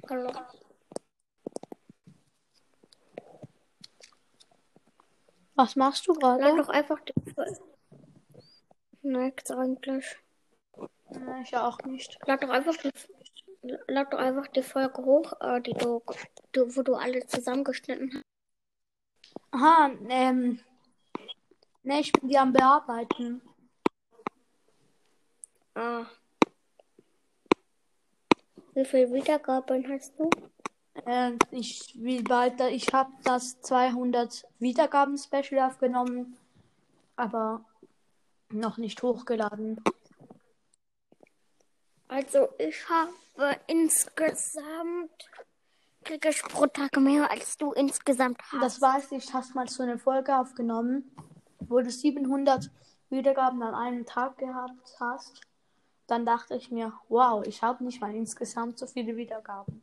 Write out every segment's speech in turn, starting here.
Hallo. Was machst du Lad gerade? doch einfach die Nichts eigentlich. Nee, ich auch nicht. Lad doch einfach die Folge hoch, wo du alle zusammengeschnitten hast. Aha, ne, ich bin die am Bearbeiten. Ah. Wie viele Wiedergaben hast du? Ich habe das 200 Wiedergaben-Special aufgenommen, aber noch nicht hochgeladen. Also ich habe insgesamt, kriege ich pro Tag mehr als du insgesamt hast. Das weiß ich, hast mal so eine Folge aufgenommen, wo du 700 Wiedergaben an einem Tag gehabt hast. Dann dachte ich mir, wow, ich habe nicht mal insgesamt so viele Wiedergaben.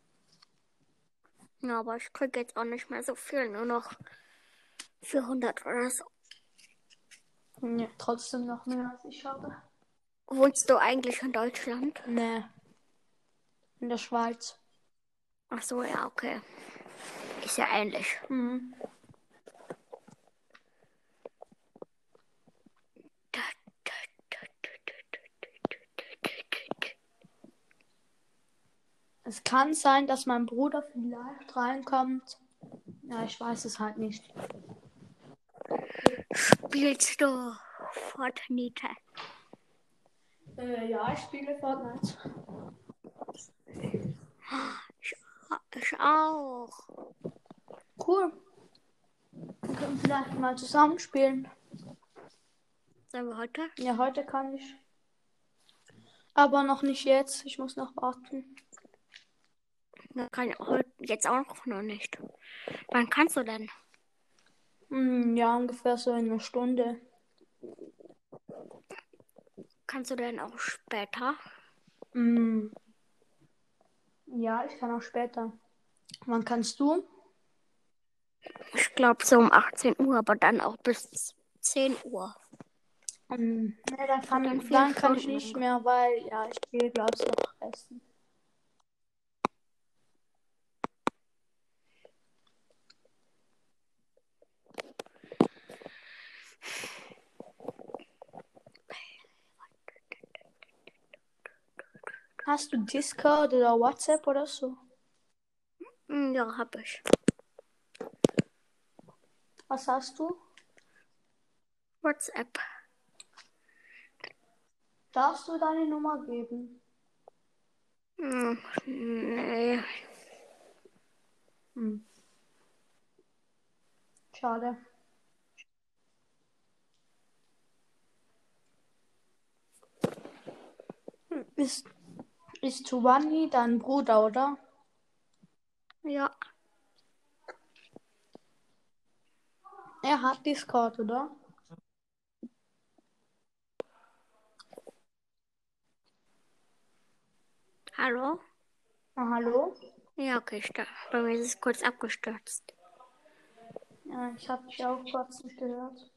Ja, aber ich kriege jetzt auch nicht mehr so viel, nur noch 400 oder so. Ja, trotzdem noch mehr als ich habe. Wohnst du eigentlich in Deutschland? Nee, in der Schweiz. Ach so, ja, okay. Ist ja ähnlich. Mhm. Es kann sein, dass mein Bruder vielleicht reinkommt. Ja, ich weiß es halt nicht. Spielst du Fortnite? Ja, ich spiele Fortnite. Ich auch. Cool. Wir können vielleicht mal zusammen spielen. Sollen wir heute? Ja, heute kann ich. Aber noch nicht jetzt. Ich muss noch warten. Das kann ich heute jetzt auch noch nicht. Wann kannst du denn? Ja, ungefähr so in einer Stunde. Kannst du denn auch später? Ja, ich kann auch später. Wann kannst du? Ich glaube so um 18 Uhr, aber dann auch bis 10 Uhr. Nee, Dann 4 dann kann ich Stunden nicht ungefähr. mehr, weil ja, ich gehe, glaube ich, noch essen. Hast du Discord oder WhatsApp oder so? Ja, hab ich. Was hast du? WhatsApp. Darfst du deine Nummer geben? Nee. Schade. Ist Giovanni dein Bruder, oder? Ja. Er hat Discord, oder? Hallo? Hallo? Ja, okay, bei mir ist es kurz abgestürzt. Ja, ich habe dich auch kurz nicht gehört.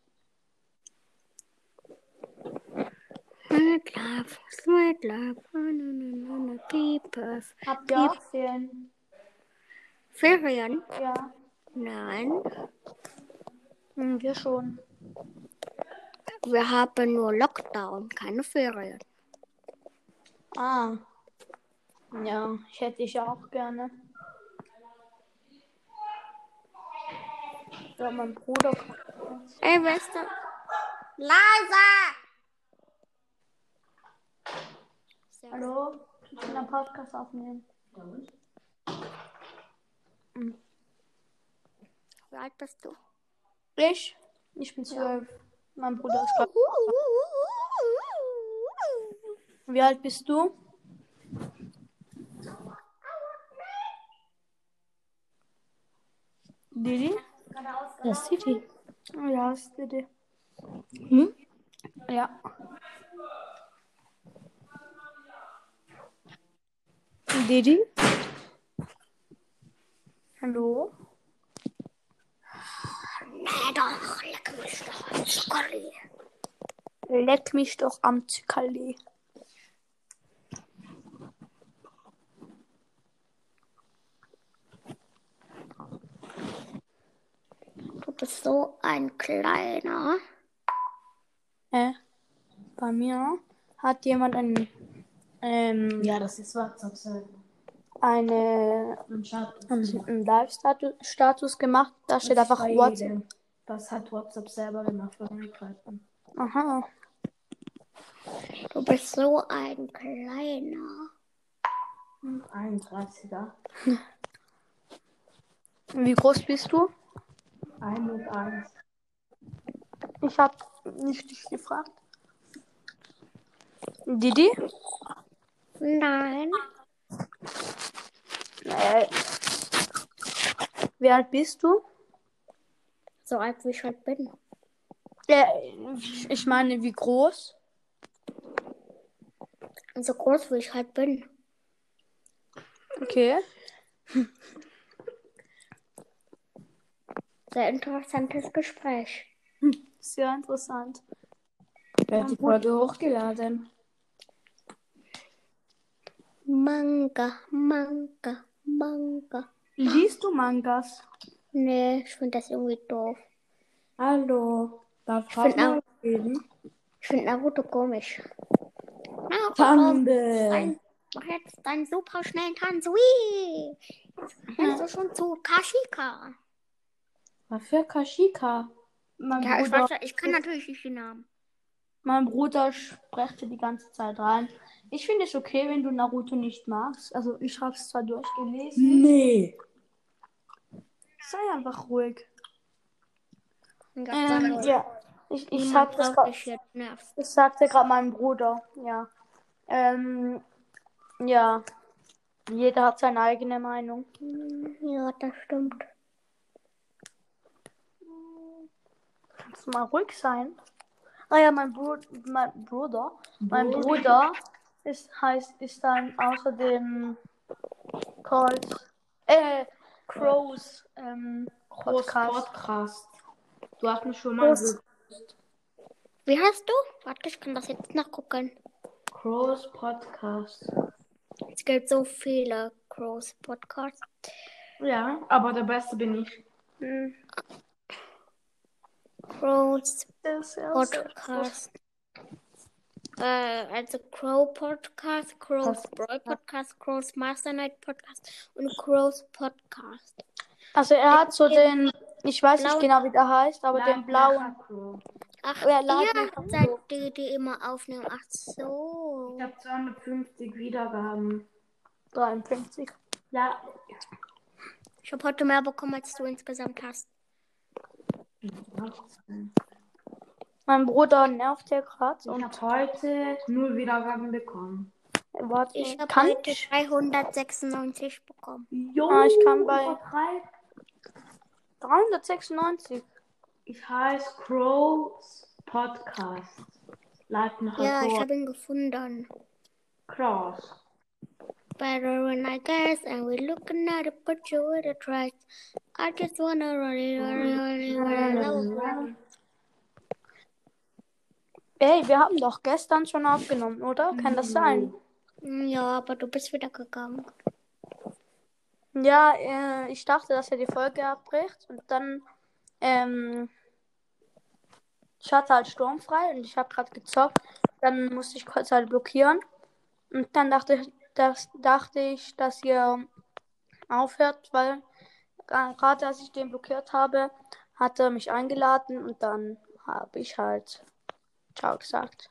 Sweet love, people. Habt ihr auch Ferien? Ferien? Ja, Nein, wir schon. wir haben nur Lockdown, keine Ferien. Ah, ja, ich hätte ich auch gerne. Ja, mein Bruder kommt jetzt. Ey, wer ist da? Leise! Hallo? Ich will einen Podcast aufnehmen. Wie alt bist du? Ich? Ich bin 12. Mein Bruder ist gerade. Wie alt bist du? Didi? Das ist City. Ja, ist Didi. Ja. Didi? Hallo? Nee, doch, leck mich doch am Zuckerli. Leck mich doch am Zuckerli. bist so ein kleiner. Bei mir hat jemand Ja, das ist WhatsApp selber. einen Chat. Live-Status gemacht. Da steht Das ist einfach bei WhatsApp. jedem. Das hat WhatsApp selber gemacht für Neuigkeiten. Aha. Du bist so ein kleiner. 31er. Wie groß bist du? 1 und 1. Ich habe nicht dich gefragt. Didi? Nein. Wie alt bist du? So alt wie ich halt bin. Ich meine, wie groß? So groß wie ich halt bin. Okay. Sehr interessantes Gespräch. Sehr interessant. Wer hat die Folge hochgeladen? Manga, Manga, Manga. Liest du Mangas? Nee, ich finde das irgendwie doof. Hallo. Darf ich find mal reden? Ich finde Naruto komisch. Naruto, Tande. mach jetzt deinen super schnellen Tanz. Whee! Jetzt rennst du schon zu Kashika. Was für Kashika? Ja, ich kann natürlich nicht den Namen. Mein Bruder spricht die ganze Zeit rein. Ich finde es okay, wenn du Naruto nicht magst. Also ich habe es zwar durchgelesen. Nee. Sei einfach ruhig. Ja, Ja, ich sag das braucht dich jetzt nervt. das sagte gerade mein Bruder. Ja. Ja. Jeder hat seine eigene Meinung. Ja, das stimmt. Kannst du mal ruhig sein? Ah ja, mein Bruder ist dann außerdem Crows Podcast. Podcast. Du hast mich schon mal Crows. Wie heißt du? Warte, ich kann das jetzt nachgucken. Crows Podcast. Es gibt so viele Crows Podcasts. Ja, aber der Beste bin ich. Crows Sehr Podcast. Also Crow Podcast, Crows Brawl Podcast, Crows Master Night Podcast und Crows Podcast. Also er hat so den, ich weiß nicht blauen- genau wie der heißt, aber den blauen. Ach, Ja, ihr Laden- seid die immer aufnehmen. Ach so. Ich habe 250 Wiedergaben. 53. Ja. Ich habe heute mehr bekommen, als du insgesamt hast. Mein Bruder nervt ja gerade. Ich habe heute 0 Wiedergaben bekommen. Warte, Ich habe kann heute 396 bekommen. ich kann bei 396. Ich heiße Crows Podcast. Like nach Ja, ich habe ihn gefunden. Crows. Better when I guess, and we're looking at a picture with a trash. I just wanna run. Ey, wir haben doch gestern schon aufgenommen, oder? Kann das sein? Ja, aber du bist wieder gegangen. Ja, ich dachte, dass er die Folge abbricht und dann, ich hatte halt sturmfrei und ich habe gerade gezockt. Dann musste ich kurz halt blockieren. Und dann dachte ich, dass ihr aufhört, weil gerade als ich den blockiert habe, hat er mich eingeladen und dann habe ich halt ciao gesagt.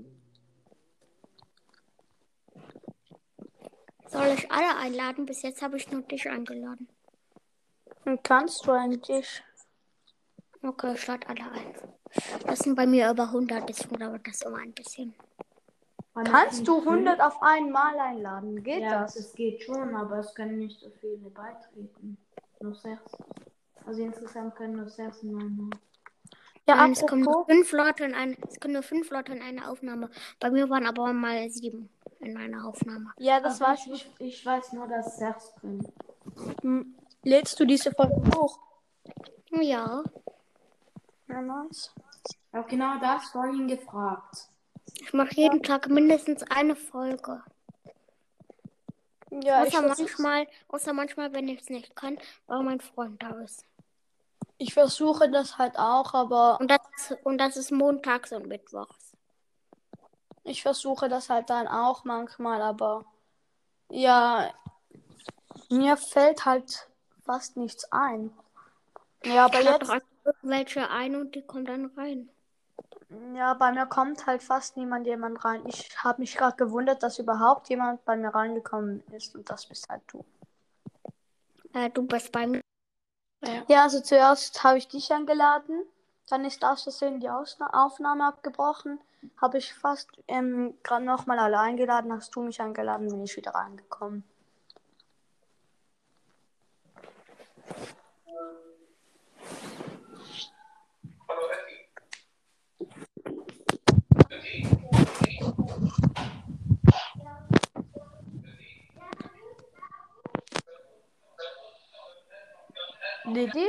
Soll ich alle einladen? Bis jetzt habe ich nur dich eingeladen. Und kannst du eigentlich? Okay, ich lade alle ein. Das sind bei mir über 100, deswegen dauert das immer ein bisschen. Kannst du 100 auf einmal einladen? Geht Ja, das? das geht schon, aber es können nicht so viele beitreten. Nur 6. Also insgesamt können nur 6 in einer. Ja, Nein, es können nur apropos, 5 Leute in eine Aufnahme. Bei mir waren aber mal 7 in einer Aufnahme. ja, das Aber weiß ich. ich weiß nur, dass 6 können. Lädst du diese Folge hoch? Ja, Ja, nice. Auch genau das vorhin gefragt. ich mache jeden Tag mindestens eine Folge. Ja, Außer manchmal, wenn ich es nicht kann, weil mein Freund da ist. Ich versuche das halt auch, aber Und das ist montags und mittwochs. ich versuche das halt dann auch manchmal, aber ja, mir fällt halt fast nichts ein. Ja, aber Schlag doch jetzt, einfach irgendwelche ein und die kommen dann rein. ja, bei mir kommt halt fast jemand rein. Ich habe mich gerade gewundert, dass überhaupt jemand bei mir reingekommen ist und das bist halt du. Du bist bei mir. Ja, also zuerst habe ich dich eingeladen, dann ist aus Versehen die Aufnahme abgebrochen. Habe ich fast gerade nochmal alle eingeladen, hast du mich eingeladen, bin ich wieder reingekommen. Didi?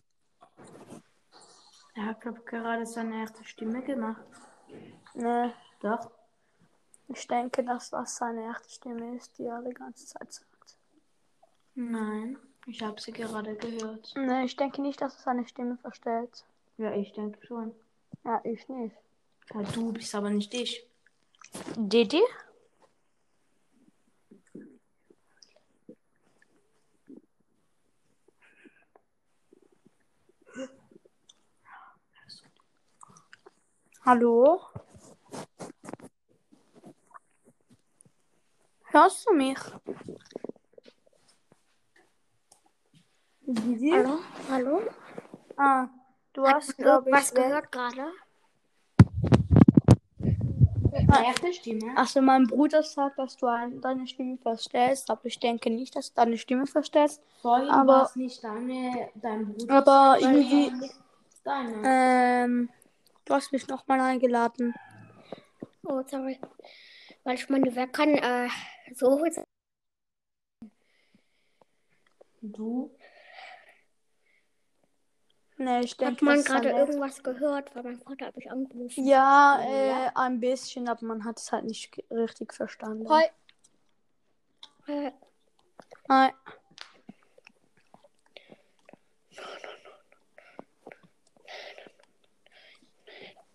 Er hat, glaube ich, gerade seine erste Stimme gemacht. Ne, Doch. ich denke, dass das seine echte Stimme ist, die er die ganze Zeit sagt. Nein, ich habe sie gerade gehört. Ne, ich denke nicht, dass er seine Stimme verstellt. Ja, ich denke schon. Ja, ich nicht. Ja, du bist aber nicht ich. Didi? Hallo? Hörst du mich? Didi? Hallo? Hallo? Ah, du hast, glaube Irgendwas ich, weg. gehört gerade? Meine erste Stimme? Also mein Bruder sagt, dass du deine Stimme verstellst, aber ich denke nicht, dass du deine Stimme verstellst. Vorhin Aber- war es nicht dein Bruder. Aber sondern irgendwie, deine. du hast mich nochmal eingeladen. Oh, sorry. Weil ich meine, wer kann so Du? Ne, ich hat denke, man das ist gerade seine... irgendwas gehört, weil mein Vater hat mich angerufen. Ja, ein bisschen, aber man hat es halt nicht richtig verstanden. Äh, Hi.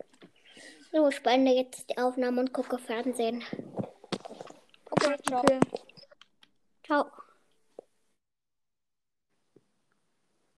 So, ich beende jetzt die Aufnahme und gucke Fernsehen. Okay.